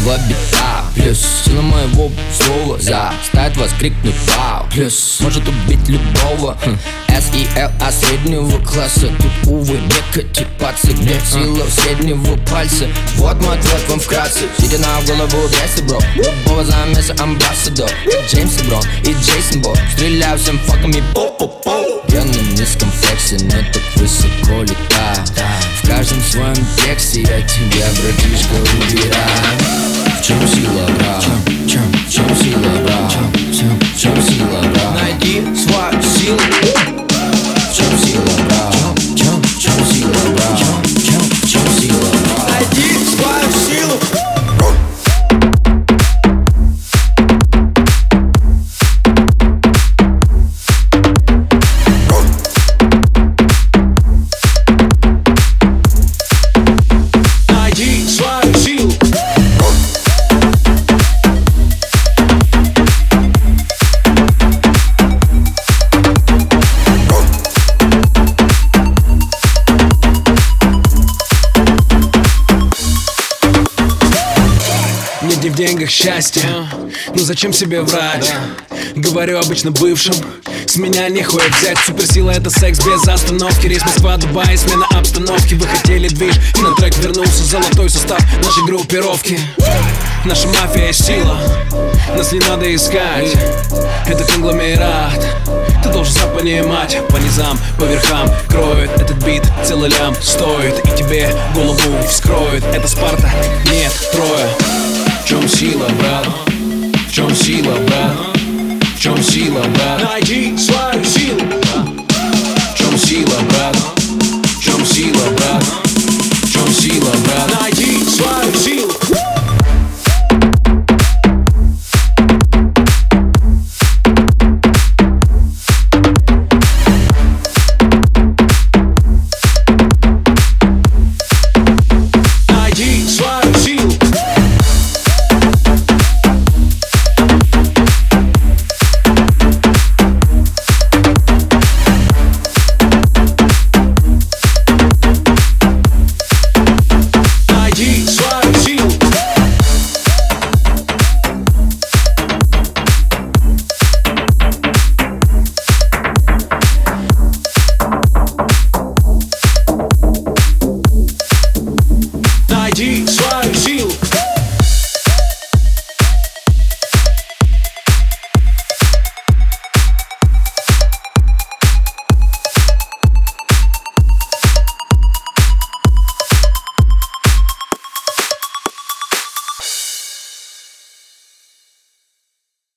этого бита. Плюс сила моего слова заставит вас крикнуть вау. Плюс может убить любого SELA среднего класса. Тут, увы, некоти пацы, где сила среднего пальца. Вот мой ответ вам вкратце. Сидя на голову дрессы, бро. Любого замеса амбассадор, как Джеймс Брон и Джейсон Бо. Стреляю всем факами по-по-по. Я на низком флексе, но так высоко летаю. В каждом своем тексте я тебя, братишка, убираю. В чем сила, брат? В чем сила, брат? В чем сила, брат? Найди свою силу. В чем сила, брат? В чем сила, брат? В чем сила, брат? Найди свою силу. Нет, не в деньгах счастье, ну зачем себе врать? Говорю обычно бывшим, с меня нехуя взять. Суперсила — это секс без остановки. Рейс Москва-Дубай, смена обстановки. Вы хотели движ, и на трек вернулся золотой состав нашей группировки. Наша мафия — сила, нас не надо искать. Это конгломерат, ты должен сам понимать. По низам, по верхам кроет этот бит, целый лям стоит. И тебе голову вскроет. Это Спарта, нет, Троя. В чем сила, брат? В чем сила, брат? В чем сила, брат? Найди свою